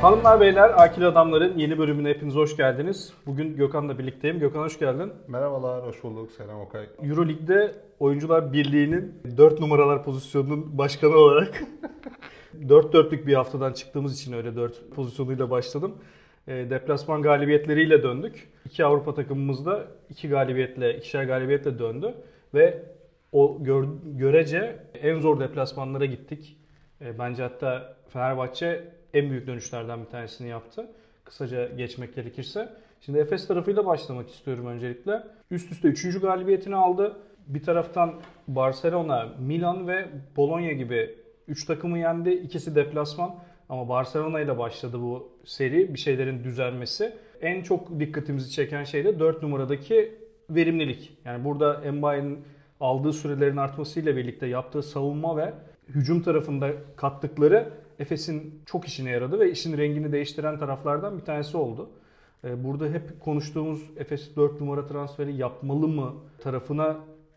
Hanımlar beyler, Akil Adamlar'ın yeni bölümüne hepiniz hoş geldiniz. Bugün Gökhan'la birlikteyim. Gökhan hoş geldin. Merhabalar, hoş bulduk. Selam Okay. Euroleague'de Oyuncular Birliği'nin 4 numaralar pozisyonunun başkanı olarak 4-4'lük bir haftadan çıktığımız için öyle 4 pozisyonuyla başladım. Deplasman galibiyetleriyle döndük. İki Avrupa takımımız da ikişer galibiyetle döndü. Ve o görece en zor deplasmanlara gittik. Bence hatta Fenerbahçe en büyük dönüşlerden bir tanesini yaptı. Kısaca geçmek gerekirse. Şimdi Efes tarafıyla başlamak istiyorum öncelikle. Üst üste 3. galibiyetini aldı. Bir taraftan Barcelona, Milan ve Bologna gibi 3 takımı yendi. İkisi deplasman. Ama Barcelona ile başladı bu seri. Bir şeylerin düzelmesi. En çok dikkatimizi çeken şey de 4 numaradaki verimlilik. Yani burada Mbaye'nin aldığı sürelerin artmasıyla birlikte yaptığı savunma ve hücum tarafında kattıkları Efes'in çok işine yaradı ve işin rengini değiştiren taraflardan bir tanesi oldu. Burada hep konuştuğumuz Efes 4 numara transferi yapmalı mı tarafına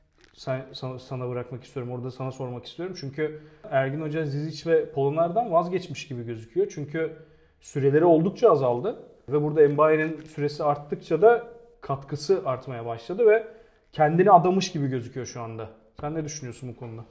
sana bırakmak istiyorum. Orada sana sormak istiyorum. Çünkü Ergin Hoca Zizic ve Polonar'dan vazgeçmiş gibi gözüküyor. Çünkü süreleri oldukça azaldı. Ve burada Mbaye'nin süresi arttıkça da katkısı artmaya başladı ve kendini adamış gibi gözüküyor şu anda. Sen ne düşünüyorsun bu konuda?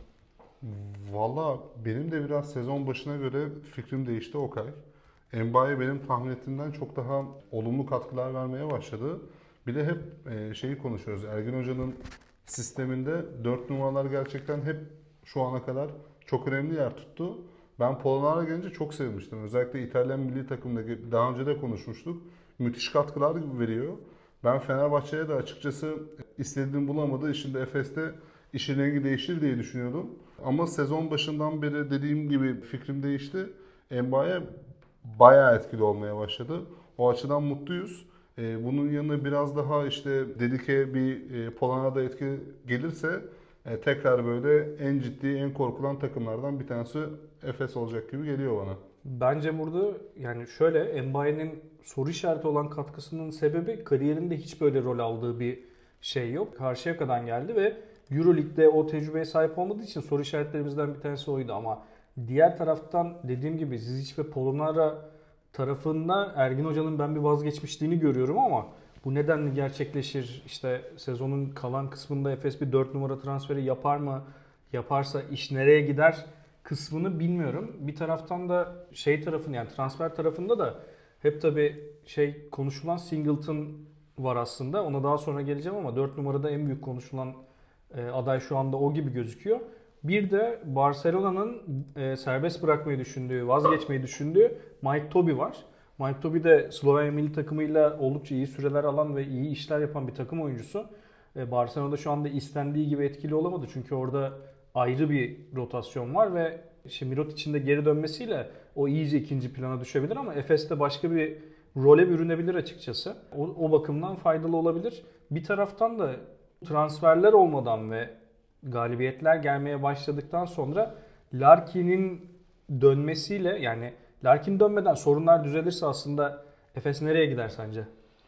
Valla benim de biraz sezon başına göre fikrim değişti Okay. Mbaye benim tahmin ettiğimden çok daha olumlu katkılar vermeye başladı. Bir de hep şeyi konuşuyoruz. Ergin Hoca'nın sisteminde 4 numaralar gerçekten hep şu ana kadar çok önemli yer tuttu. Ben Polonara gelince çok sevmiştim. Özellikle İtalyan milli takımda daha önce de konuşmuştuk. Müthiş katkılar veriyor. Ben Fenerbahçe'ye de açıkçası istediğimi bulamadı. Şimdi Efes'te işin rengi değişir diye düşünüyordum. Ama sezon başından beri dediğim gibi fikrim değişti. Mbaye bayağı etkili olmaya başladı. O açıdan mutluyuz. Bunun yanına biraz daha işte dedike bir Polonya'da etki gelirse tekrar böyle en ciddi, en korkulan takımlardan bir tanesi Efes olacak gibi geliyor bana. Bence burada yani şöyle Mbaye'nin soru işareti olan katkısının sebebi kariyerinde hiç böyle rol aldığı bir şey yok. Karşıyaka'dan geldi ve Euroleague'de o tecrübeye sahip olmadığı için soru işaretlerimizden bir tanesi oydu ama diğer taraftan dediğim gibi Zizic ve Polonara tarafında Ergin Hoca'nın ben bir vazgeçmişliğini görüyorum ama bu nedenle gerçekleşir. İşte sezonun kalan kısmında Efes bir 4 numara transferi yapar mı? Yaparsa iş nereye gider kısmını bilmiyorum. Bir taraftan da şey tarafın yani transfer tarafında da hep tabii konuşulan Singleton var aslında. Ona daha sonra geleceğim ama 4 numarada en büyük konuşulan aday şu anda o gibi gözüküyor. Bir de Barcelona'nın serbest bırakmayı düşündüğü, vazgeçmeyi düşündüğü Mike Tobey var. Mike Tobey de Slovenya milli takımıyla oldukça iyi süreler alan ve iyi işler yapan bir takım oyuncusu. Barcelona'da şu anda istendiği gibi etkili olamadı. Çünkü orada ayrı bir rotasyon var ve Mirotic'in de geri dönmesiyle o iyice ikinci plana düşebilir ama Efes'te başka bir role bürünebilir açıkçası. O bakımdan faydalı olabilir. Bir taraftan da transferler olmadan ve galibiyetler gelmeye başladıktan sonra Larkin'in dönmesiyle yani Larkin dönmeden sorunlar düzelirse aslında Efes nereye gider sence?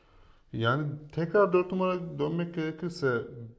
Yani tekrar 4 numara dönmek gerekirse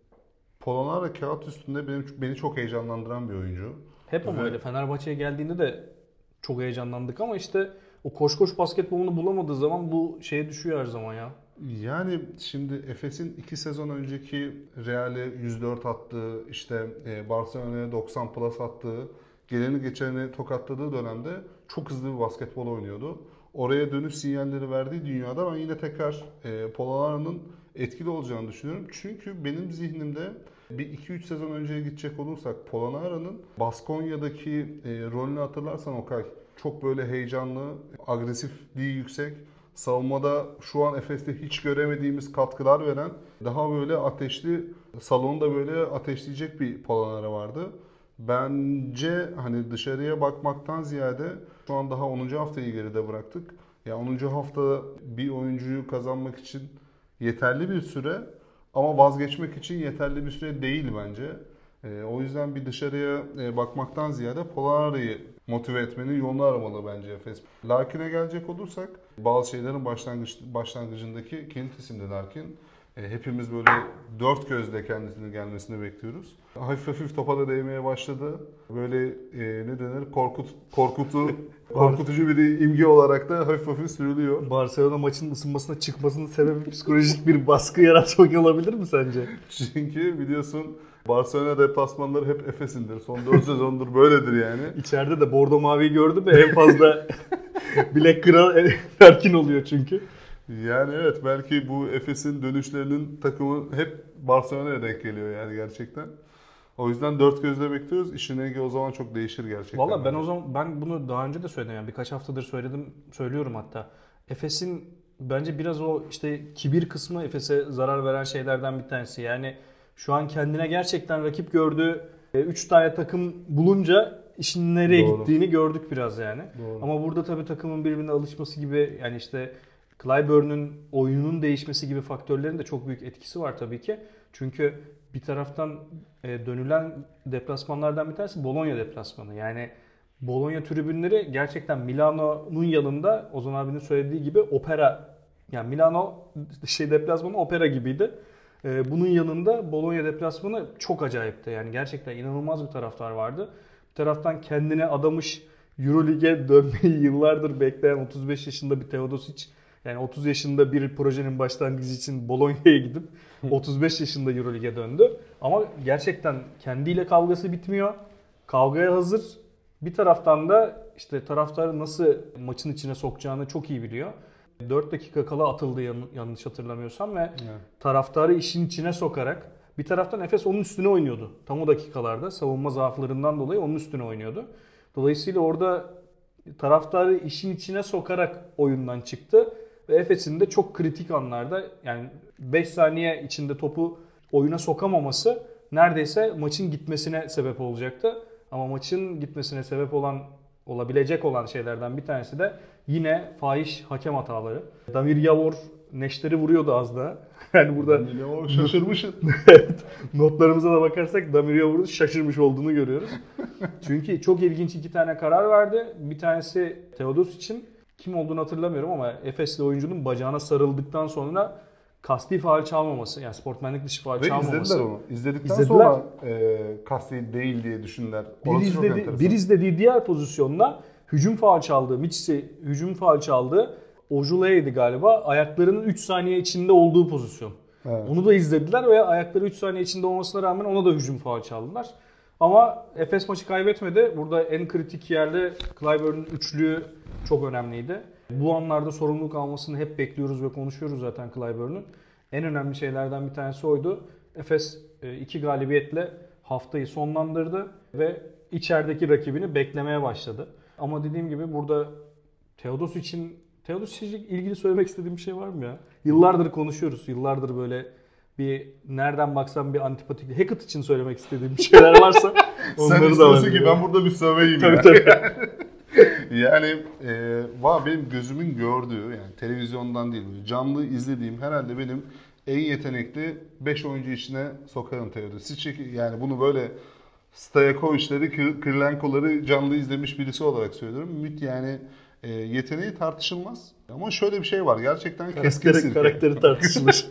Polonara kağıt üstünde beni çok heyecanlandıran bir oyuncu. Hep ama öyle. Fenerbahçe'ye geldiğinde de çok heyecanlandık ama işte o koş basketbolunu bulamadığı zaman bu şeye düşüyor her zaman ya. Yani şimdi Efes'in 2 sezon önceki Real'e 104 attığı, işte Barcelona'ya 90 plus attığı, geleni geçeni tokatladığı dönemde çok hızlı bir basketbol oynuyordu. Oraya dönüş sinyalleri verdiği dünyada ben yine tekrar Polonara'nın etkili olacağını düşünüyorum. Çünkü benim zihnimde bir 2-3 sezon önceye gidecek olursak Polonara'nın Baskonya'daki rolünü hatırlarsan Okay, çok böyle heyecanlı, agresifliği yüksek, savunmada şu an Efes'te hiç göremediğimiz katkılar veren, daha böyle ateşli, salonu da böyle ateşleyecek bir Polonara vardı. Bence hani dışarıya bakmaktan ziyade şu an daha 10. haftayı geride bıraktık. Ya 10. hafta bir oyuncuyu kazanmak için yeterli bir süre ama vazgeçmek için yeterli bir süre değil bence. O yüzden bir dışarıya bakmaktan ziyade Polonara'yı motive etmenin yolunu aramalı bence Efes. Larkin'e gelecek olursak bazı şeylerin başlangıcındaki kilit isimdi Larkin. Hepimiz böyle dört gözle kendisinin gelmesini bekliyoruz. Hafif hafif topa da değmeye başladı. Böyle ne denir? Korkutucu bir imge olarak da hafif hafif sürülüyor. Barcelona maçının ısınmasına çıkmasının sebebi psikolojik bir baskı yaratmak olabilir mi sence? Çünkü biliyorsun Barcelona deplasmanları hep Efes'indir. Son 4 sezondur böyledir yani. İçeride de bordo maviyi gördü mü en fazla bilek kıran Erkin oluyor çünkü. Yani evet, belki bu Efes'in dönüşlerinin takımı hep Barcelona'ya denk geliyor yani gerçekten. O yüzden dört gözle bekliyoruz. İşin rengi o zaman çok değişir gerçekten. Valla ben bunu daha önce de söyledim yani birkaç haftadır söylüyorum hatta. Efes'in bence biraz o işte kibir kısmı Efes'e zarar veren şeylerden bir tanesi. Yani şu an kendine gerçekten rakip gördüğü 3 tane takım bulunca işin nereye gittiğini gördük biraz yani. Doğru. Ama burada tabii takımın birbirine alışması gibi yani işte Clyburn'un oyunun değişmesi gibi faktörlerin de çok büyük etkisi var tabii ki. Çünkü bir taraftan dönülen deplasmanlardan bir tanesi Bologna deplasmanı. Yani Bologna tribünleri gerçekten Milano'nun yanında Ozan abinin söylediği gibi opera. Yani Milano deplasmanı opera gibiydi. Bunun yanında Bologna deplasmanı çok acayipti. Yani gerçekten inanılmaz bir taraftar vardı. Bir taraftan kendine adamış Euroleague'e dönmeyi yıllardır bekleyen 35 yaşında bir Teodosic. Yani 30 yaşında bir projenin başlangıcı için Bologna'ya gidip 35 yaşında Euroleague'e döndü. Ama gerçekten kendiyle kavgası bitmiyor. Kavgaya hazır. Bir taraftan da işte taraftarı nasıl maçın içine sokacağını çok iyi biliyor. 4 dakika kala atıldı yanlış hatırlamıyorsam ve taraftarı işin içine sokarak bir taraftan Efes onun üstüne oynuyordu. Tam o dakikalarda savunma zaaflarından dolayı onun üstüne oynuyordu. Dolayısıyla orada taraftarı işin içine sokarak oyundan çıktı. Ve Efes'in de çok kritik anlarda yani 5 saniye içinde topu oyuna sokamaması neredeyse maçın gitmesine sebep olacaktı. Ama maçın gitmesine sebep olabilecek olan şeylerden bir tanesi de yine fahiş hakem hataları. Damir Yavor neşteri vuruyordu az daha. Yani burada Damir Yavor şaşırmışsın. Evet. Notlarımıza da bakarsak Damir Yavor'un şaşırmış olduğunu görüyoruz. Çünkü çok ilginç iki tane karar verdi. Bir tanesi Teodos için kim olduğunu hatırlamıyorum ama Efesli oyuncunun bacağına sarıldıktan sonra kasti faul çalmaması yani sportmenlik dışı faul çalmaması. Ve izlediler onu. İzledikten sonra kasti değil diye düşündüler. Bir izlediği diğer pozisyonda hücum faul çaldı. Miçisi hücum faul çaldı. Ojule'ydi galiba. Ayaklarının 3 saniye içinde olduğu pozisyon. Evet. Onu da izlediler ve ayakları 3 saniye içinde olmasına rağmen ona da hücum faul çaldılar. Ama Efes maçı kaybetmedi. Burada en kritik yerde Clyburn'un üçlüğü çok önemliydi. Bu anlarda sorumluluk almasını hep bekliyoruz ve konuşuyoruz zaten Clyburn'un. En önemli şeylerden bir tanesi oydu. Efes 2 galibiyetle haftayı sonlandırdı ve içerideki rakibini beklemeye başladı. Ama dediğim gibi burada Teodosic'le ilgili söylemek istediğim bir şey var mı ya? Yıllardır konuşuyoruz. Yıllardır böyle bir nereden baksan bir antipatik. Hackett için söylemek istediğim bir şeyler varsa onları da istiyorsun ki ben burada bir söveyim ya. Tabii. Yani benim gözümün gördüğü yani televizyondan değil canlı izlediğim herhalde benim en yetenekli 5 oyuncu içine sokarım Teodosic. Yani bunu böyle Stojakovic'leri, Kirilenko'ları canlı izlemiş birisi olarak söylüyorum. Yani yeteneği tartışılmaz. Ama şöyle bir şey var. Gerçekten keskin sirke. Karakteri tartışılır.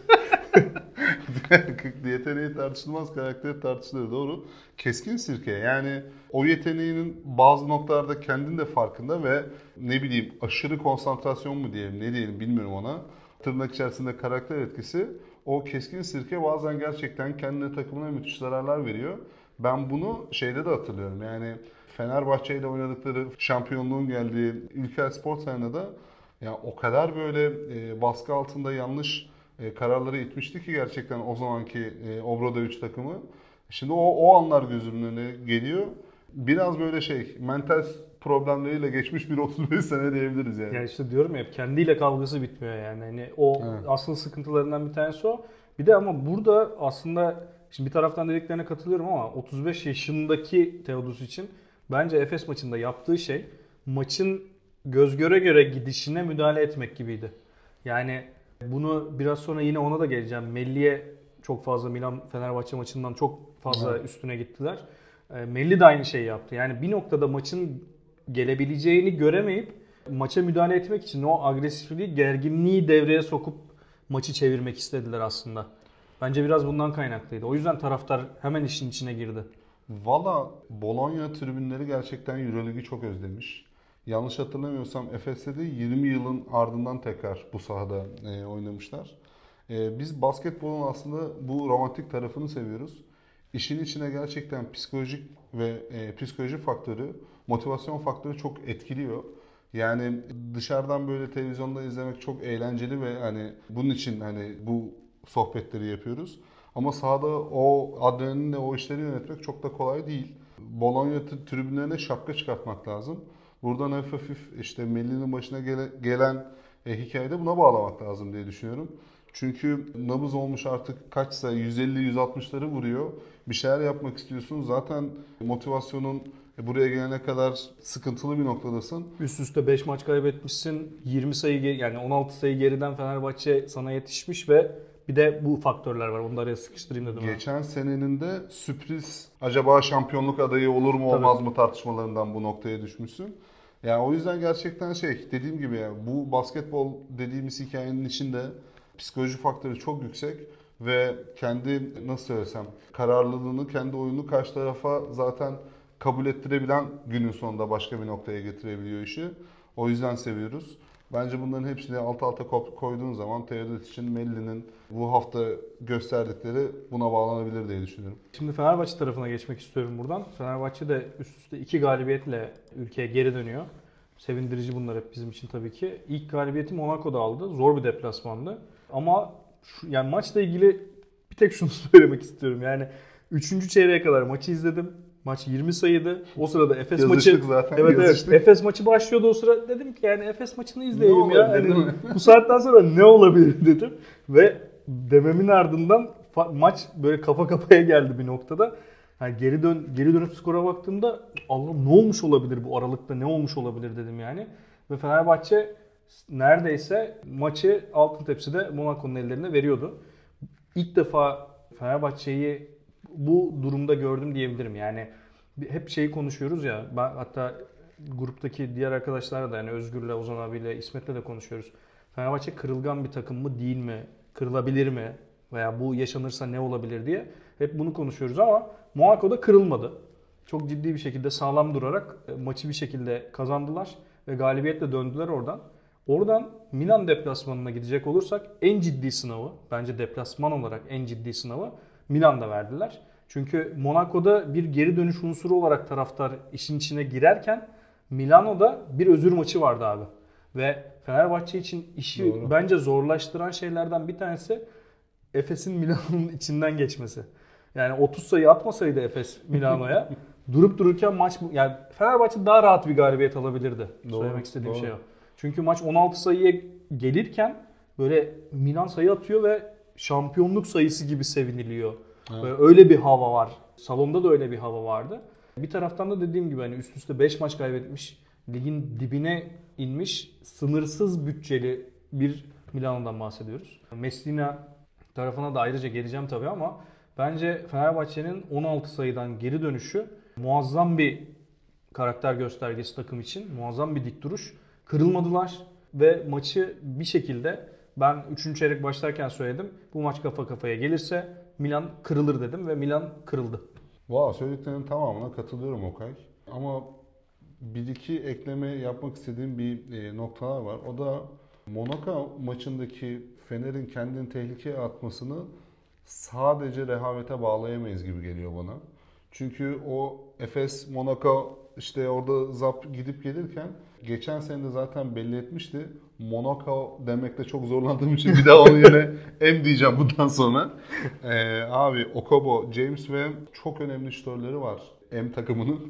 Yeteneği tartışılmaz, karakteri tartışılır. Doğru. Keskin sirke. Yani o yeteneğinin bazı noktalarda kendin de farkında ve ne bileyim aşırı konsantrasyon mu diyelim ne diyelim bilmiyorum ona. Tırnak içerisinde karakter etkisi. O keskin sirke bazen gerçekten kendine takımına müthiş zararlar veriyor. Ben bunu şeyde de hatırlıyorum. Yani Fenerbahçe ile oynadıkları şampiyonluğun geldiği İlker Spor Arena'da ya o kadar böyle baskı altında yanlış kararları itmişti ki gerçekten o zamanki Obradović takımı. Şimdi o anlar gözümün önüne geliyor. Biraz böyle mental problemleriyle geçmiş bir 35 sene diyebiliriz yani. Yani işte diyorum ya hep kendiyle kavgası bitmiyor yani. Hani o asıl sıkıntılarından bir tanesi o. Bir de ama burada aslında şimdi bir taraftan dediklerine katılıyorum ama 35 yaşındaki Teodosic için bence Efes maçında yaptığı şey maçın göz göre göre gidişine müdahale etmek gibiydi. Yani bunu biraz sonra yine ona da geleceğim. Melli'ye çok fazla Milan-Fenerbahçe maçından çok fazla üstüne gittiler. Melli de aynı şeyi yaptı. Yani bir noktada maçın gelebileceğini göremeyip maça müdahale etmek için o agresifliği, gerginliği devreye sokup maçı çevirmek istediler aslında. Bence biraz bundan kaynaklıydı. O yüzden taraftar hemen işin içine girdi. Valla Bologna tribünleri gerçekten Euroligi çok özlemiş. Yanlış hatırlamıyorsam Efes'te de 20 yılın ardından tekrar bu sahada oynamışlar. Biz basketbolun aslında bu romantik tarafını seviyoruz. İşin içine gerçekten psikolojik ve psikoloji faktörü, motivasyon faktörü çok etkiliyor. Yani dışarıdan böyle televizyonda izlemek çok eğlenceli ve hani bunun için hani bu sohbetleri yapıyoruz. Ama sahada o adrenalinle o işleri yönetmek çok da kolay değil. Bologna tribünlerine şapka çıkartmak lazım. Buradan hafif işte Melli'nin başına gelen hikayede buna bağlamak lazım diye düşünüyorum. Çünkü nabız olmuş artık kaçsa 150-160'ları vuruyor. Bir şeyler yapmak istiyorsun. Zaten motivasyonun buraya gelene kadar sıkıntılı bir noktadasın. Üst üste 5 maç kaybetmişsin. 20 sayı yani 16 sayı geriden Fenerbahçe sana yetişmiş ve bir de bu faktörler var. Onu da araya sıkıştırayım dedim. Geçen senenin de sürpriz acaba şampiyonluk adayı olur mu olmaz mı tartışmalarından bu noktaya düşmüşsün. Yani o yüzden gerçekten dediğim gibi yani bu basketbol dediğimiz hikayenin içinde psikoloji faktörü çok yüksek ve kendi nasıl söylesem kararlılığını, kendi oyunu karşı tarafa zaten kabul ettirebilen günün sonunda başka bir noktaya getirebiliyor işi. O yüzden seviyoruz. Bence bunların hepsini alt alta koyduğun zaman Teodoros için Melli'nin bu hafta gösterdikleri buna bağlanabilir diye düşünüyorum. Şimdi Fenerbahçe tarafına geçmek istiyorum buradan. Fenerbahçe de üst üste 2 galibiyetle ülkeye geri dönüyor. Sevindirici bunlar hep bizim için tabii ki. İlk galibiyeti Monaco'da aldı. Zor bir deplasmandı. Ama yani maçla ilgili bir tek şunu söylemek istiyorum. Yani 3. çeyreğe kadar maçı izledim. Maç 20 sayıydı. O sırada Efes maçı zaten. Evet. Efes maçı başlıyordu o sıra. Dedim ki yani Efes maçını izleyelim ya. Hani, bu saatten sonra ne olabilir dedim. Ve dememin ardından maç böyle kafa kafaya geldi bir noktada. Yani geri dönüp skora baktığımda Allah'ım ne olmuş olabilir bu aralıkta, ne olmuş olabilir dedim yani. Ve Fenerbahçe neredeyse maçı altın tepside Monaco'nun ellerine veriyordu. İlk defa Fenerbahçe'yi bu durumda gördüm diyebilirim. Yani hep şeyi konuşuyoruz ya. Ben hatta gruptaki diğer arkadaşlarla da yani Özgür'le, Ozan abiyle, İsmet'le de konuşuyoruz. Fenerbahçe kırılgan bir takım mı değil mi? Kırılabilir mi? Veya bu yaşanırsa ne olabilir diye hep bunu konuşuyoruz ama Monaco'da kırılmadı. Çok ciddi bir şekilde sağlam durarak maçı bir şekilde kazandılar ve galibiyetle döndüler oradan. Oradan Milan deplasmanına gidecek olursak en ciddi sınavı, bence deplasman olarak en ciddi sınavı Milan'da verdiler. Çünkü Monaco'da bir geri dönüş unsuru olarak taraftar işin içine girerken Milano'da bir özür maçı vardı abi. Ve Fenerbahçe için işi bence zorlaştıran şeylerden bir tanesi Efes'in Milano'nun içinden geçmesi. Yani 30 sayı atmasaydı Efes Milano'ya durup dururken maç yani Fenerbahçe daha rahat bir galibiyet alabilirdi. Söylemek istediğim şey o. Çünkü maç 16 sayıya gelirken böyle Milan sayı atıyor ve şampiyonluk sayısı gibi seviniliyor. Evet. Öyle bir hava var. Salonda da öyle bir hava vardı. Bir taraftan da dediğim gibi hani üst üste 5 maç kaybetmiş, ligin dibine inmiş, sınırsız bütçeli bir Milano'dan bahsediyoruz. Messina tarafına da ayrıca geleceğim tabii ama bence Fenerbahçe'nin 16 sayıdan geri dönüşü muazzam bir karakter göstergesi takım için. Muazzam bir dik duruş. Kırılmadılar ve maçı bir şekilde ben 3. çeyrek başlarken söyledim. Bu maç kafa kafaya gelirse Milan kırılır dedim ve Milan kırıldı. Söylediklerinin tamamına katılıyorum Okay. Ama bir iki ekleme yapmak istediğim bir noktalar var. O da Monaco maçındaki Fener'in kendini tehlikeye atmasını sadece rehavete bağlayamayız gibi geliyor bana. Çünkü o Efes, Monaco işte orada zap gidip gelirken geçen sene de zaten belli etmişti. Monaco demekte çok zorlandığım için bir daha onun yerine M diyeceğim bundan sonra. Abi Okobo, James ve çok önemli şutörleri var M takımının.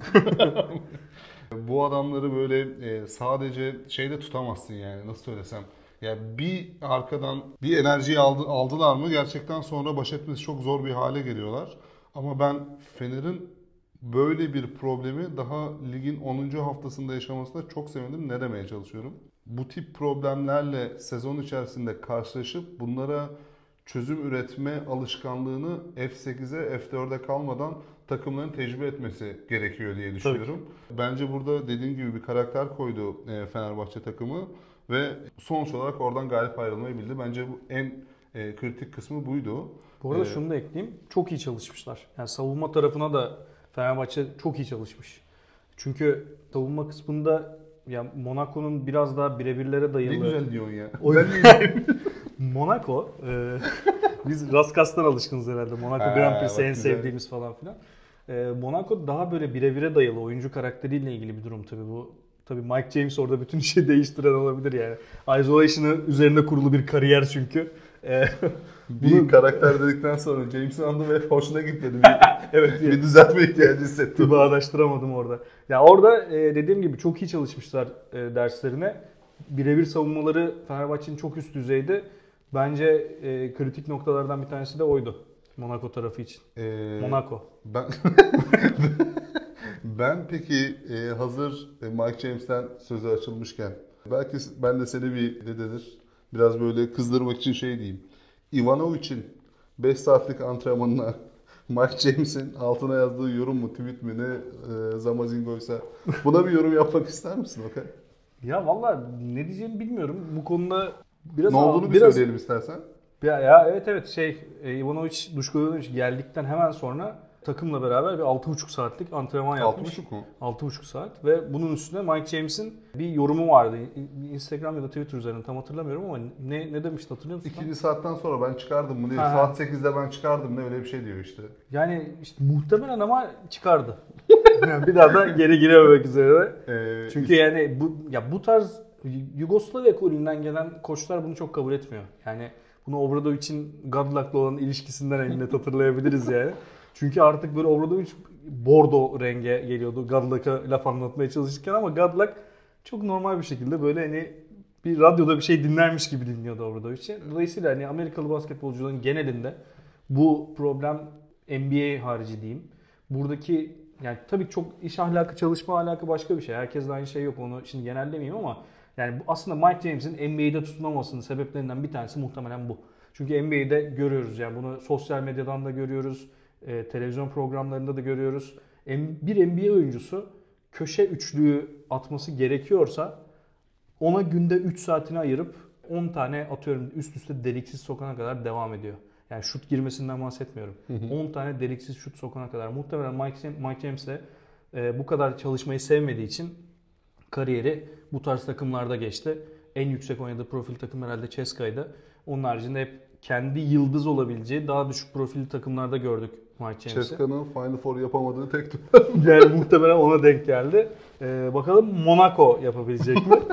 Bu adamları böyle sadece şeyde tutamazsın yani nasıl söylesem. Yani bir arkadan bir enerjiyi aldılar mı gerçekten sonra baş etmesi çok zor bir hale geliyorlar. Ama ben Fener'in böyle bir problemi daha ligin 10. haftasında yaşamasına çok sevindim. Ne demeye çalışıyorum? Bu tip problemlerle sezon içerisinde karşılaşıp bunlara çözüm üretme alışkanlığını F8'e, F4'e kalmadan takımların tecrübe etmesi gerekiyor diye düşünüyorum. Bence burada dediğim gibi bir karakter koydu Fenerbahçe takımı ve sonuç olarak oradan galip ayrılmayı bildi. Bence bu en kritik kısmı buydu. Bu arada şunu da ekleyeyim. Çok iyi çalışmışlar. Yani savunma tarafına da Fenerbahçe çok iyi çalışmış. Çünkü savunma kısmında ya Monaco'nun biraz daha birebirlere dayalı. Ne güzel diyorsun ya. Monaco, biz Raskas'tan alışkınız herhalde. Monaco Grand Prix'si en sevdiğimiz falan filan. Monaco daha böyle birebire dayalı oyuncu karakteriyle ilgili bir durum tabii bu. Tabii Mike James orada bütün işi değiştiren olabilir yani. Isolation'ı üzerine kurulu bir kariyer çünkü. Bir karakter dedikten sonra James'in andı ve hoşuna gitmedi. Evet, bir düzeltme ihtiyacı hissettim. Bir bağdaştıramadım orada. Ya orada dediğim gibi çok iyi çalışmışlar derslerine. Birebir savunmaları Fenerbahçe'nin çok üst düzeyde. Bence kritik noktalardan bir tanesi de oydu. Monaco tarafı için. Monaco. Ben peki hazır Mike James'ten sözü açılmışken belki ben de seni biraz böyle kızdırmak için şey diyeyim. Ivanovic'in 5 saatlik antrenmanına Mike James'in altına yazdığı yorum mu, tweet mi ne Zamazingo'ysa buna bir yorum yapmak ister misin Okay? Ya valla ne diyeceğimi bilmiyorum. Bu konuda biraz... Ne olduğunu söyleyelim istersen. Ya evet Ivanovic, Duško Ivanovic geldikten hemen sonra takımla beraber bir 6,5 saatlik antrenman yapmış. 6,5 mu? 6,5 saat ve bunun üstüne Mike James'in bir yorumu vardı. Instagram ya da Twitter üzerinden tam hatırlamıyorum ama ne demişti hatırlıyor musun? 2. saatten sonra ben çıkardım mı diye. Saat 8'de ben çıkardım ne öyle bir şey diyor işte. Yani işte muhtemelen ama çıkardı. Yani bir daha da geri girememek üzere. Çünkü yani bu tarz Yugoslavya ekolünden gelen koçlar bunu çok kabul etmiyor. Yani bunu Obradovic'in Godluck'la olan ilişkisinden en net hatırlayabiliriz yani. Çünkü artık böyle Obradovic bordo renge geliyordu Godluck'a laf anlatmaya çalışırken ama Godluck çok normal bir şekilde böyle hani bir radyoda bir şey dinlermiş gibi dinliyordu Obradovic'i. Dolayısıyla hani Amerikalı basketbolcuların genelinde bu problem NBA harici diyeyim. Buradaki yani tabii çok iş ahlakı, çalışma ahlakı başka bir şey. Herkeste aynı şey yok. Onu şimdi genellemeyeyim ama yani aslında Mike James'in NBA'de tutunamamasının sebeplerinden bir tanesi muhtemelen bu. Çünkü NBA'de görüyoruz yani bunu sosyal medyadan da görüyoruz, televizyon programlarında da görüyoruz. Bir NBA oyuncusu köşe üçlüğü atması gerekiyorsa ona günde 3 saatini ayırıp 10 tane atıyorum üst üste deliksiz sokana kadar devam ediyor. Yani şut girmesinden bahsetmiyorum. 10 tane deliksiz şut sokana kadar. Muhtemelen Mike James de bu kadar çalışmayı sevmediği için kariyeri bu tarz takımlarda geçti. En yüksek oynadığı profil takım herhalde CSKA'ydı. Onun haricinde hep kendi yıldız olabileceği daha düşük profilli takımlarda gördük Mike James'i. CSKA'nın Final Four yapamadığı tek yani muhtemelen ona denk geldi. Bakalım Monaco yapabilecek mi?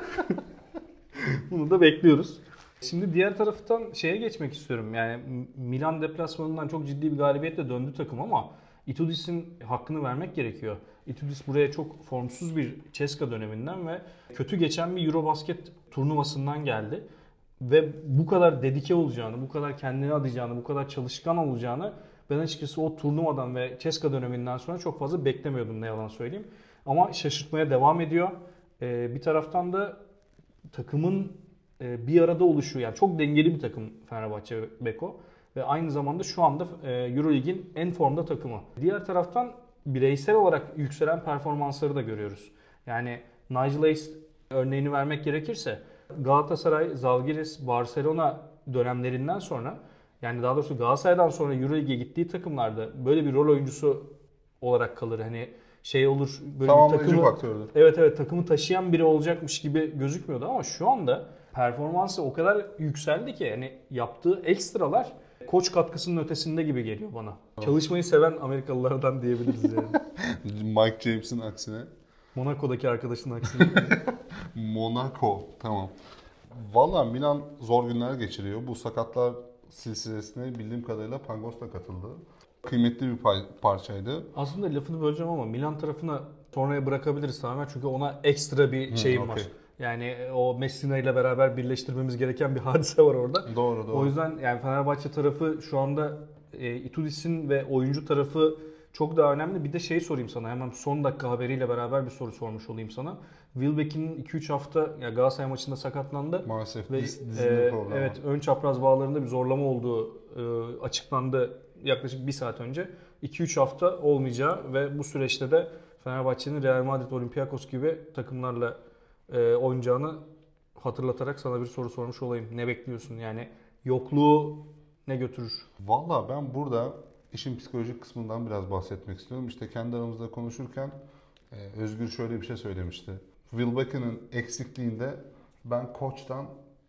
Bunu da bekliyoruz. Şimdi diğer taraftan şeye geçmek istiyorum. Yani Milan deplasmanından çok ciddi bir galibiyetle döndü takım ama Itudis'in hakkını vermek gerekiyor. Itudis buraya çok formsuz bir CSKA döneminden ve kötü geçen bir Eurobasket turnuvasından geldi. Ve bu kadar dedike olacağını, bu kadar kendini adayacağını, bu kadar çalışkan olacağını ben açıkçası o turnuvadan ve CSKA döneminden sonra çok fazla beklemiyordum ne yalan söyleyeyim. Ama şaşırtmaya devam ediyor. Bir taraftan da takımın bir arada oluşu yani çok dengeli bir takım Fenerbahçe Beko ve aynı zamanda şu anda Eurolig'in en formda takımı. Diğer taraftan bireysel olarak yükselen performansları da görüyoruz. Yani Nigel Hayes örneğini vermek gerekirse Galatasaray, Zalgiris, Barcelona dönemlerinden sonra yani daha doğrusu Galatasaray'dan sonra Eurolig'e gittiği takımlarda böyle bir rol oyuncusu olarak kalır. Hani şey olur böyle bir takımı evet takımı taşıyan biri olacakmış gibi gözükmüyordu ama şu anda performansı o kadar yükseldi ki yani yaptığı ekstralar koç katkısının ötesinde gibi geliyor bana. Çalışmayı seven Amerikalılardan diyebiliriz yani. Mike James'in aksine. Monaco'daki arkadaşın aksine. Monaco tamam. Valla Milan zor günler geçiriyor. Bu sakatlar silsilesine bildiğim kadarıyla Pangos da katıldı. Kıymetli bir parçaydı. Aslında lafını böleceğim ama Milan tarafına sonraya bırakabiliriz tamamen çünkü ona ekstra bir şeyim var. Yani o Messina ile beraber birleştirmemiz gereken bir hadise var orada. Doğru. O yüzden yani Fenerbahçe tarafı şu anda Itudis'in ve oyuncu tarafı çok daha önemli. Bir de şey sorayım sana hemen son dakika haberiyle beraber bir soru sormuş olayım sana. Wilbeck'in 2-3 hafta ya Galatasaray maçında sakatlandı. Maalesef ve evet ön çapraz bağlarında bir zorlama olduğu açıklandı yaklaşık 1 saat önce. 2-3 hafta olmayacağı ve bu süreçte de Fenerbahçe'nin Real Madrid, Olympiakos gibi takımlarla oynayacağını hatırlatarak sana bir soru sormuş olayım. Ne bekliyorsun? Yani yokluğu ne götürür? Valla ben burada işin psikolojik kısmından biraz bahsetmek istiyorum. İşte kendi aramızda konuşurken Özgür şöyle bir şey söylemişti. Will Becken'ın eksikliğinde ben koçtan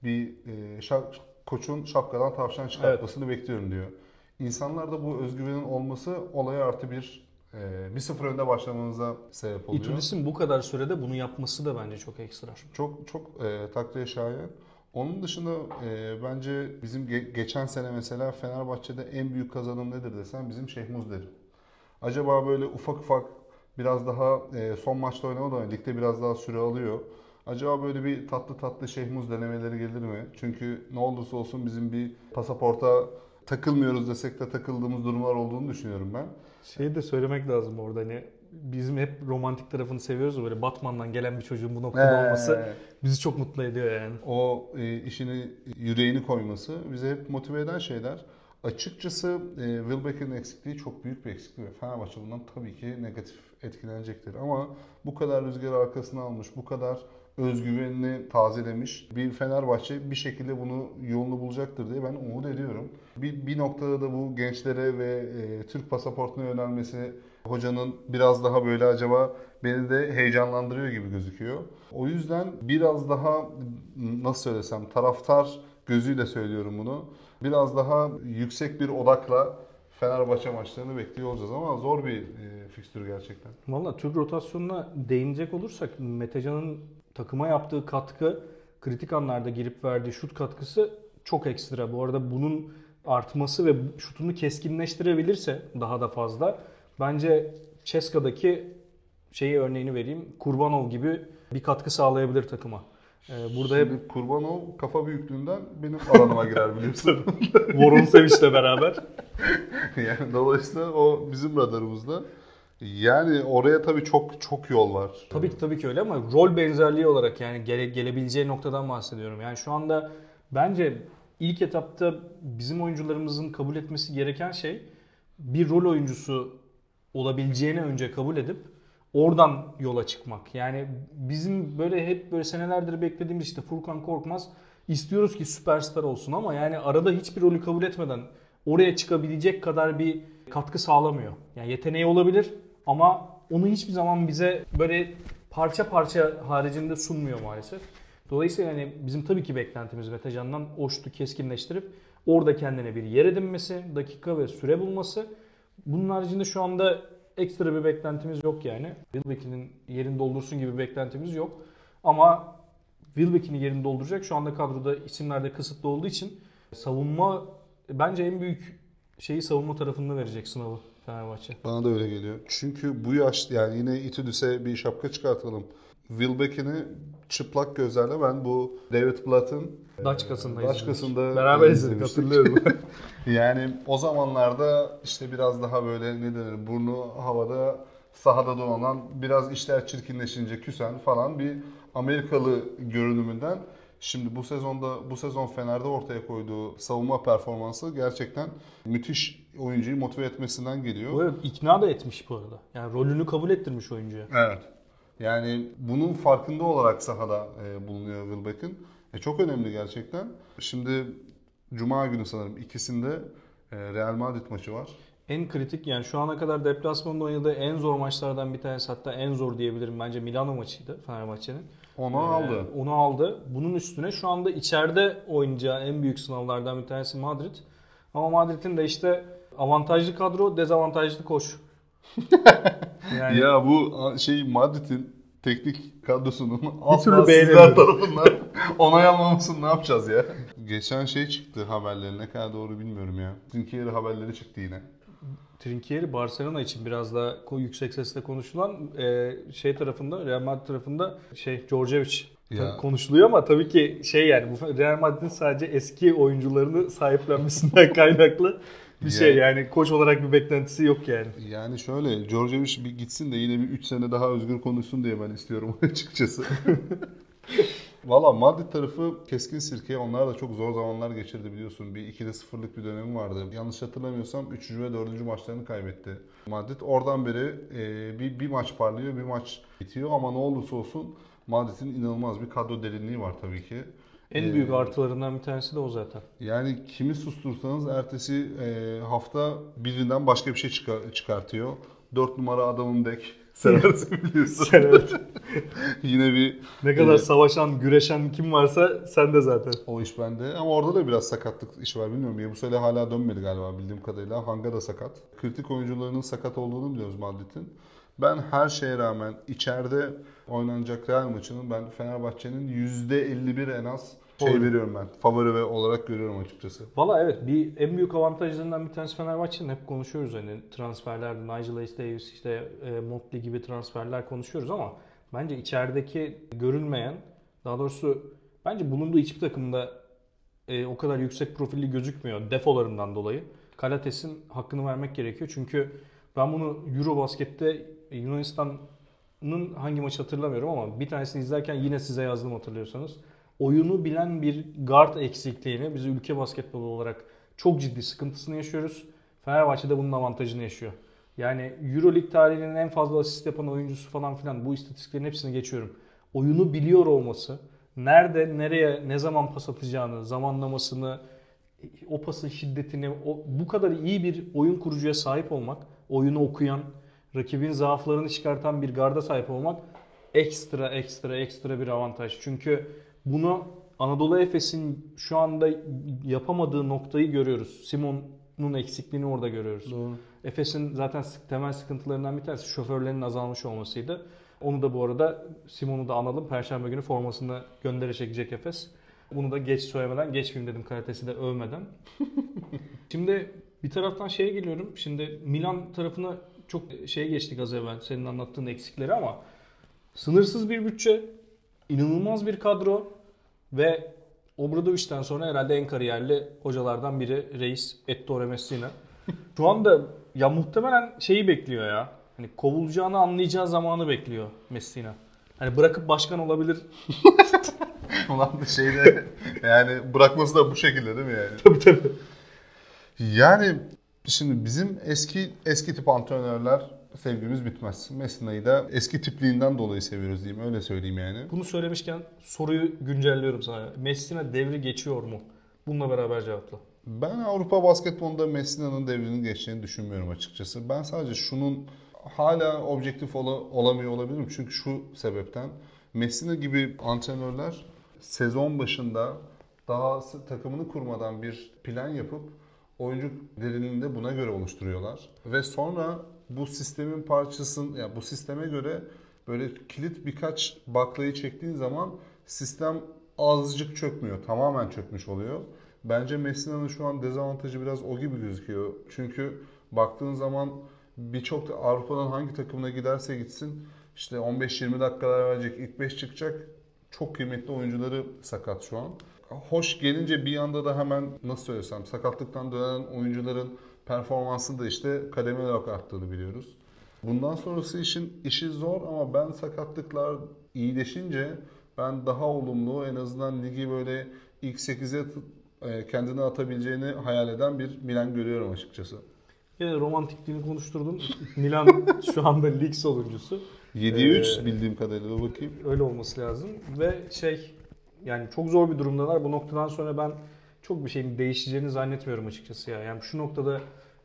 koçun şapkadan tavşan çıkartmasını bekliyorum diyor. İnsanlarda bu özgüvenin olması olaya artı bir sıfır önde başlamanıza sebep oluyor. Itudis'in bu kadar sürede bunu yapması da bence çok ekstra. Çok takdire şayan. Onun dışında bence bizim geçen sene mesela Fenerbahçe'de en büyük kazanım nedir desem bizim Şehmuz derim. Acaba böyle ufak ufak biraz daha son maçta oynamadan ligde biraz daha süre alıyor. Acaba böyle bir tatlı tatlı Şehmuz denemeleri gelir mi? Çünkü ne olursa olsun bizim bir pasaporta takılmıyoruz desek de takıldığımız durumlar olduğunu düşünüyorum ben. Şeyi de söylemek lazım orada, hani bizim hep romantik tarafını seviyoruz ya, böyle Batman'dan gelen bir çocuğun bu noktada olması bizi çok mutlu ediyor yani. O işini, yüreğini koyması bizi hep motive eden şeyler. Açıkçası Will Becker'ın eksikliği çok büyük bir eksiklik ve Fenerbahçe bundan tabii ki negatif etkilenecektir. Ama bu kadar rüzgarı arkasına almış, bu kadar özgüvenini tazelemiş bir Fenerbahçe bir şekilde bunu yolunu bulacaktır diye ben umut ediyorum. Bir noktada da bu gençlere ve Türk pasaportuna yönelmesi hocanın biraz daha böyle acaba beni de heyecanlandırıyor gibi gözüküyor. O yüzden biraz daha nasıl söylesem taraftar gözüyle söylüyorum bunu. Biraz daha yüksek bir odakla Fenerbahçe maçlarını bekliyor olacağız ama zor bir fikstür gerçekten. Valla Türk rotasyonuna değinecek olursak Metecan'ın takıma yaptığı katkı, kritik anlarda girip verdiği şut katkısı çok ekstra. Bu arada bunun artması ve şutunu keskinleştirebilirse daha da fazla, bence Ceska'daki örneğini vereyim. Kurbanov gibi bir katkı sağlayabilir takıma. Burada Şimdi Kurbanov kafa büyüklüğünden benim alanıma girer biliyorsun. Vorontsevic'le beraber. Yani dolayısıyla o bizim radarımızda. Yani oraya tabii çok yol var. Tabii ki öyle ama rol benzerliği olarak yani gelebileceği noktadan bahsediyorum. Yani şu anda bence ilk etapta bizim oyuncularımızın kabul etmesi gereken şey, bir rol oyuncusu olabileceğini önce kabul edip oradan yola çıkmak. Yani bizim hep böyle senelerdir beklediğimiz işte Furkan Korkmaz, istiyoruz ki süperstar olsun ama yani arada hiçbir rolü kabul etmeden oraya çıkabilecek kadar bir katkı sağlamıyor. Yani yeteneği olabilir ama onu hiçbir zaman bize böyle parça parça haricinde sunmuyor maalesef. Dolayısıyla yani bizim tabii ki beklentimiz Metecan'dan o şutu keskinleştirip orada kendine bir yer edinmesi, dakika ve süre bulması. Bunun haricinde şu anda ekstra bir beklentimiz yok yani. Wilbeck'in yerini doldursun gibi bir beklentimiz yok. Ama Wilbeck'in yerini dolduracak şu anda kadroda isimler de kısıtlı olduğu için savunma, bence en büyük şeyi savunma tarafında verecek sınavı Fenerbahçe. Bana da öyle geliyor. Çünkü bu yaş yani yine Itudis'e bir şapka çıkartalım. Wilbeck'ini çıplak gözlerle ben bu David Blatt'ın Daçkası'nda beraber izledik, hatırlıyorum. Yani o zamanlarda işte biraz daha böyle ne denir, burnu havada sahada dolanan, biraz işler çirkinleşince küsen falan bir Amerikalı görünümünden şimdi bu sezon Fener'de ortaya koyduğu savunma performansı gerçekten müthiş, oyuncuyu motive etmesinden geliyor. Bu ikna da etmiş bu arada. Yani rolünü kabul ettirmiş oyuncuya. Evet. Yani bunun farkında olarak sahada bulunuyor Wilbeck'in. Çok önemli gerçekten. Şimdi Cuma günü sanırım ikisinde Real Madrid maçı var. En kritik, yani şu ana kadar deplasmanda oynadığı en zor maçlardan bir tanesi, hatta en zor diyebilirim bence, Milano maçıydı Fenerbahçe'nin. Onu aldı. Bunun üstüne şu anda içeride oynayacağı en büyük sınavlardan bir tanesi Madrid. Ama Madrid'in de işte avantajlı kadro, dezavantajlı koç. Yani... Ya bu Madrid'in teknik kadrosunun asla sizler tarafından onay almamasını ne yapacağız ya? Geçen çıktı haberleri, ne kadar doğru bilmiyorum ya. Trinkieri haberleri çıktı yine. Trinkieri Barcelona için biraz daha yüksek sesle konuşulan tarafında, Real Madrid tarafında Djordjevic konuşuluyor ama tabii ki yani bu Real Madrid'in sadece eski oyuncularını sahiplenmesinden kaynaklı bir şey yani koç olarak bir beklentisi yok yani. Yani şöyle, Djordjevic bir gitsin de yine bir 3 sene daha özgür konuşsun diye ben istiyorum açıkçası. Valla Madrid tarafı keskin sirke. Onlar da çok zor zamanlar geçirdi biliyorsun. Bir 2'de 0'lık bir dönemi vardı. Yanlış hatırlamıyorsam 3. ve 4. maçlarını kaybetti Madrid. Oradan beri bir maç parlıyor, bir maç bitiyor ama ne olursa olsun Madrid'in inanılmaz bir kadro derinliği var tabii ki. En büyük artılarından bir tanesi de o zaten. Yani kimi sustursanız ertesi hafta birinden başka bir şey çıkartıyor. 4 numara adamın bek. Seversin biliyorsun. Evet. Yine bir... Ne kadar savaşan, güreşen kim varsa sen de zaten. O iş bende. Ama orada da biraz sakatlık işi var bilmiyorum. Yabusele hala dönmedi galiba bildiğim kadarıyla. Hanga da sakat. Kritik oyuncularının sakat olduğunu biliyoruz Madrid'in. Ben her şeye rağmen içeride oynanacak Real maçının ben Fenerbahçe'nin %51 en az veriyorum ben. Favori ve olarak görüyorum açıkçası. Valla evet, en büyük avantajlarından bir tanesi Fenerbahçe'nin, hep konuşuyoruz hani transferlerde Nigel Hayes-Davis, işte Motley gibi transferler konuşuyoruz ama bence içerideki görünmeyen, daha doğrusu bence bulunduğu hiçbir takımda o kadar yüksek profilli gözükmüyor defolarından dolayı. Kalates'in hakkını vermek gerekiyor çünkü ben bunu Eurobasket'te Yunanistan'ın hangi maçı hatırlamıyorum ama bir tanesini izlerken yine size yazdım hatırlıyorsanız. Oyunu bilen bir guard eksikliğini biz ülke basketbolu olarak çok ciddi sıkıntısını yaşıyoruz. Fenerbahçe de bunun avantajını yaşıyor. Yani Euroleague tarihinin en fazla asist yapan oyuncusu falan filan, bu istatistiklerin hepsini geçiyorum. Oyunu biliyor olması, nerede, nereye, ne zaman pas atacağını, zamanlamasını, o pasın şiddetini, bu kadar iyi bir oyun kurucuya sahip olmak, oyunu okuyan, rakibin zaaflarını çıkartan bir garda sahip olmak ekstra bir avantaj. Çünkü bunu Anadolu Efes'in şu anda yapamadığı noktayı görüyoruz. Simon'un eksikliğini orada görüyoruz. Doğru. Efes'in zaten temel sıkıntılarından bir tanesi şoförlerin azalmış olmasıydı. Onu da bu arada Simon'u da analım. Perşembe günü formasını göndere çekecek Efes. Bunu da geç söylemeden geçmeyeyim dedim, Karates'i de övmeden. Şimdi bir taraftan şeye geliyorum. Şimdi Milan tarafına çok geçtik az evvel senin anlattığın eksikleri ama sınırsız bir bütçe, inanılmaz bir kadro ve Obradovic'ten sonra herhalde en kariyerli hocalardan biri reis Ettore Messina. Şu anda ya muhtemelen şeyi bekliyor ya. Hani kovulacağını anlayacağı zamanı bekliyor Messina. Hani bırakıp başkan olabilir. Ulan şeyde yani bırakması da bu şekilde değil mi yani? Tabii. Yani şimdi bizim eski tip antrenörler sevgimiz bitmez. Messina'yı da eski tipliğinden dolayı seviyoruz diyeyim, öyle söyleyeyim yani. Bunu söylemişken soruyu güncelliyorum sana. Messina devri geçiyor mu? Bununla beraber cevapla. Ben Avrupa basketbolunda Messina'nın devrinin geçtiğini düşünmüyorum açıkçası. Ben sadece şunun hala objektif olamıyor olabilirim. Çünkü şu sebepten Messina gibi antrenörler sezon başında daha takımını kurmadan bir plan yapıp oyuncu derinliğini de buna göre oluşturuyorlar. Ve sonra bu sistemin parçasını, yani bu sisteme göre böyle kilit birkaç baklayı çektiğin zaman sistem azıcık çökmüyor. Tamamen çökmüş oluyor. Bence Messina'nın şu an dezavantajı biraz o gibi gözüküyor. Çünkü baktığın zaman birçok Avrupa'dan hangi takımına giderse gitsin işte 15-20 dakikalar verecek, ilk 5 çıkacak çok kıymetli oyuncuları sakat şu an. Hoş gelince bir anda da hemen nasıl söylesem sakatlıktan dönen oyuncuların performansını da işte kademe olarak arttığını biliyoruz. Bundan sonrası işi zor ama ben sakatlıklar iyileşince ben daha olumlu, en azından ligi böyle ilk 8'e kendini atabileceğini hayal eden bir Milan görüyorum açıkçası. Yine romantikliğini konuşturdun. Milan şu anda lig sonuncusu. 7'ye 3 bildiğim kadarıyla, bakayım. Öyle olması lazım ve yani çok zor bir durumdalar. Bu noktadan sonra ben çok bir şeyin değişeceğini zannetmiyorum açıkçası ya. Yani şu noktada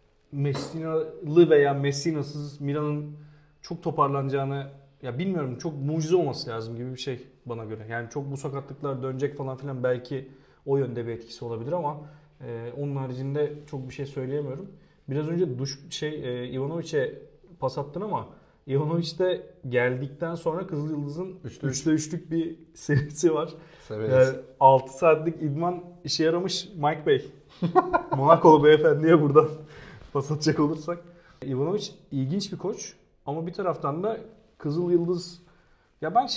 Messina'lı veya Messina'sız Milan'ın çok toparlanacağını ya bilmiyorum, çok mucize olması lazım gibi bir şey bana göre. Yani çok bu sakatlıklar dönecek falan filan, belki o yönde bir etkisi olabilir ama onun haricinde çok bir şey söyleyemiyorum. Biraz önce Ivanovic'e pas attın ama Ivanovic de geldikten sonra Kızılyıldız'ın 3'te 3'lük bir serisi var. Yani 6 saatlik idman işe yaramış Mike Bey. Monakolu beyefendiye buradan pas atacak olursak. Ivanovic ilginç bir koç ama bir taraftan da Kızılyıldız, ya ben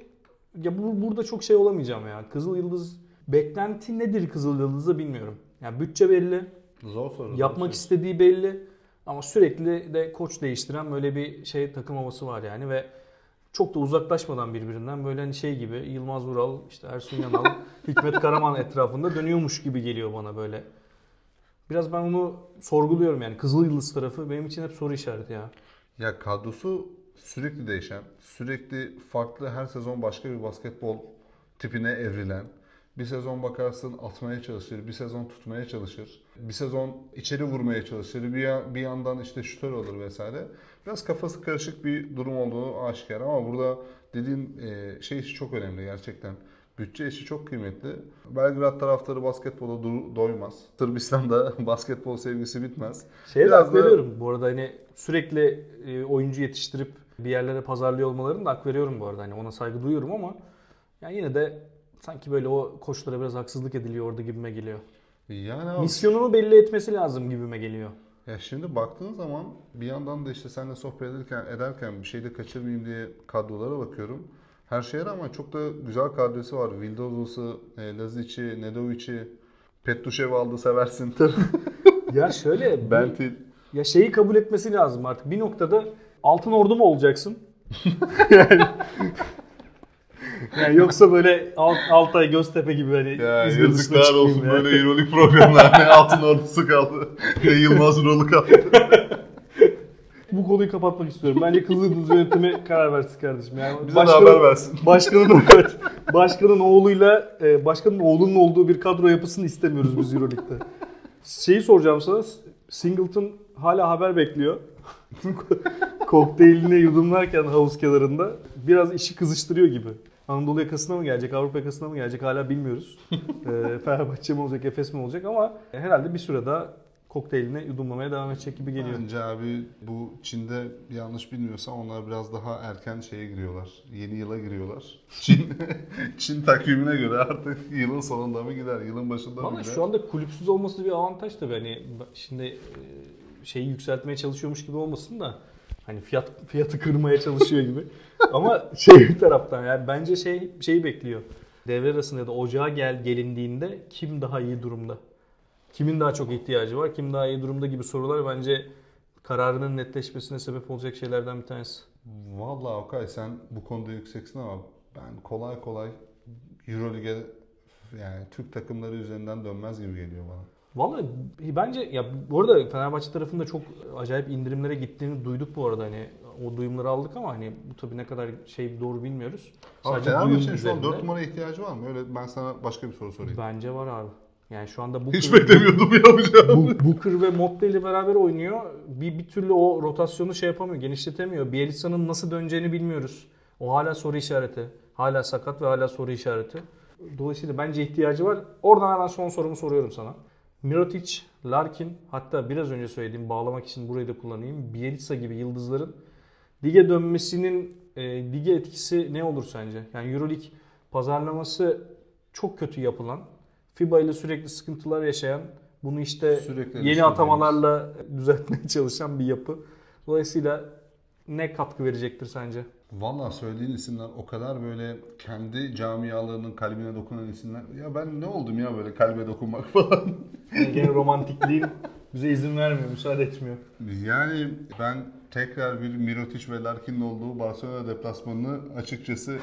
burada çok olamayacağım ya. Kızılyıldız, beklenti nedir Kızılyıldız'da bilmiyorum. Yani bütçe belli. Zor soru. Yapmak istediği belli. Ama sürekli de koç değiştiren böyle bir takım havası var yani ve çok da uzaklaşmadan birbirinden böyle hani gibi Yılmaz Vural, işte Ersun Yanal, Hikmet Karaman etrafında dönüyormuş gibi geliyor bana böyle. Biraz ben onu sorguluyorum yani. Kızılyıldız tarafı benim için hep soru işareti ya. Ya kadrosu sürekli değişen, sürekli farklı, her sezon başka bir basketbol tipine evrilen. Bir sezon bakarsın atmaya çalışır, bir sezon tutmaya çalışır. Bir sezon içeri vurmaya çalışır, bir yandan işte şutör olur vesaire. Biraz kafası karışık bir durum olduğu aşikar ama burada dediğin şey işi çok önemli gerçekten. Bütçe işi çok kıymetli. Belgrad taraftarı basketbola doymaz. Sırbistan'da basketbol sevgisi bitmez. Şeye de hak veriyorum bu arada, hani sürekli oyuncu yetiştirip bir yerlere pazarlıyor olmalarını da hak veriyorum bu arada. Hani ona saygı duyuyorum ama yani yine de sanki böyle o koçlara biraz haksızlık ediliyor orada gibime geliyor. Yani abi, misyonunu belli etmesi lazım gibime geliyor. Ya şimdi baktığın zaman bir yandan da işte seninle sohbet ederken bir şey de kaçırmayayım diye kadrolara bakıyorum. Her şeye rağmen çok da güzel kadrosu var. Vildozos'u, Lazic'i, Nedovic'i, Petruşev'i aldı, seversin. Ya şöyle Bentil. Ya şeyi kabul etmesi lazım artık. Bir noktada Altın Ordu mu olacaksın? yani yoksa böyle Altay, Göztepe gibi hani ya yazıklar olsun böyle ironik programlar. Ne Altın Ordusu kaldı, ne Yılmaz Uralı kaldı. Bu konuyu kapatmak istiyorum. Bence Kızıldız yönetimi karar versin kardeşim. Yani bize de haber versin. Başkanın oğluyla başkanın oğlunun olduğu bir kadro yapısını istemiyoruz biz Euroleague'de. Şeyi soracağım sana. Singleton hala haber bekliyor. Kokteylini yudumlarken havuz kenarında biraz işi kızıştırıyor gibi. Anadolu yakasına mı gelecek, Avrupa yakasına mı gelecek hala bilmiyoruz. Fenerbahçe mi olacak, Efes mi olacak ama herhalde bir süre daha kokteylini yudumlamaya devam edecek gibi geliyor. Bence abi bu Çin'de yanlış bilmiyorsam onlar biraz daha erken şeye giriyorlar. Yeni yıla giriyorlar. Çin takvimine göre artık yılın sonunda mı gider, yılın başında mı gider? Şu anda kulüpsüz olması bir avantaj tabii. Hani şimdi şeyi yükseltmeye çalışıyormuş gibi olmasın da hani fiyatı kırmaya çalışıyor gibi. Ama bir taraftan yani bence şeyi bekliyor. Devre arasında ya da ocağa gelindiğinde kim daha iyi durumda? Kimin daha çok ihtiyacı var? Kim daha iyi durumda gibi sorular bence kararının netleşmesine sebep olacak şeylerden bir tanesi. Vallahi Okay, sen bu konuda yükseksin ama ben kolay kolay Euroleague'e yani Türk takımları üzerinden dönmez gibi geliyor bana. Vallahi bence ya bu arada Fenerbahçe tarafında çok acayip indirimlere gittiğini duyduk bu arada, hani o duyumları aldık ama hani bu tabii ne kadar doğru bilmiyoruz. Sadece Fenerbahçe'nin şu an 4 numara ihtiyacı var mı? Öyle ben sana başka bir soru sorayım. Bence var abi. Yani şu anda hiç beklemiyordum yapacağım. Booker ve Mobley ile beraber oynuyor. Bir türlü o rotasyonu yapamıyor, genişletemiyor. Bielitsa'nın nasıl döneceğini bilmiyoruz. O hala soru işareti. Hala sakat ve hala soru işareti. Dolayısıyla bence ihtiyacı var. Oradan hemen son sorumu soruyorum sana. Mirotic, Larkin, hatta biraz önce söylediğim, bağlamak için burayı da kullanayım, Bielitsa gibi yıldızların lige dönmesinin lige etkisi ne olur sence? Yani Euroleague pazarlaması çok kötü yapılan, FIBA ile sürekli sıkıntılar yaşayan, bunu işte sürekli yeni atamalarla düzeltmeye çalışan bir yapı. Dolayısıyla ne katkı verecektir sence? Vallahi söylediğin isimler o kadar böyle kendi camialarının kalbine dokunan isimler. Ya ben ne oldum ya böyle kalbe dokunmak falan. Gene romantikliğin bize izin vermiyor, müsaade etmiyor. Yani ben tekrar bir Mirotic ve Larkin'in olduğu Barcelona deplasmanını açıkçası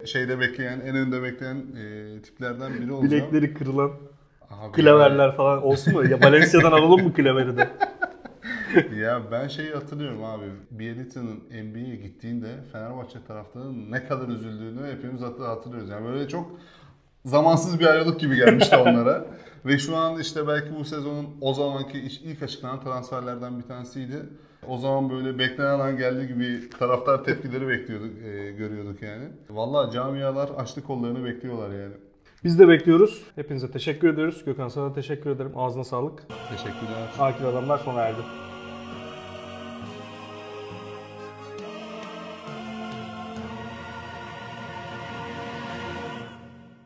en önde bekleyen tiplerden biri olacağım. Bilekleri kırılan klaverler falan olsun mu? Ya Valencia'dan alalım mı klaveri de? Ya ben hatırlıyorum abi. Bielitsa'nın NBA'ye gittiğinde Fenerbahçe taraftarının ne kadar üzüldüğünü hepimiz hatırlıyoruz. Yani böyle çok zamansız bir ayrılık gibi gelmişti onlara. Ve şu an işte belki bu sezonun o zamanki ilk açıklanan transferlerden bir tanesiydi. O zaman böyle beklenen an geldi gibi taraftar tepkileri görüyorduk yani. Vallahi camialar açtı kollarını bekliyorlar yani. Biz de bekliyoruz. Hepinize teşekkür ediyoruz. Gökhan, sana teşekkür ederim. Ağzına sağlık. Teşekkürler. Akif Adamlar sona erdi.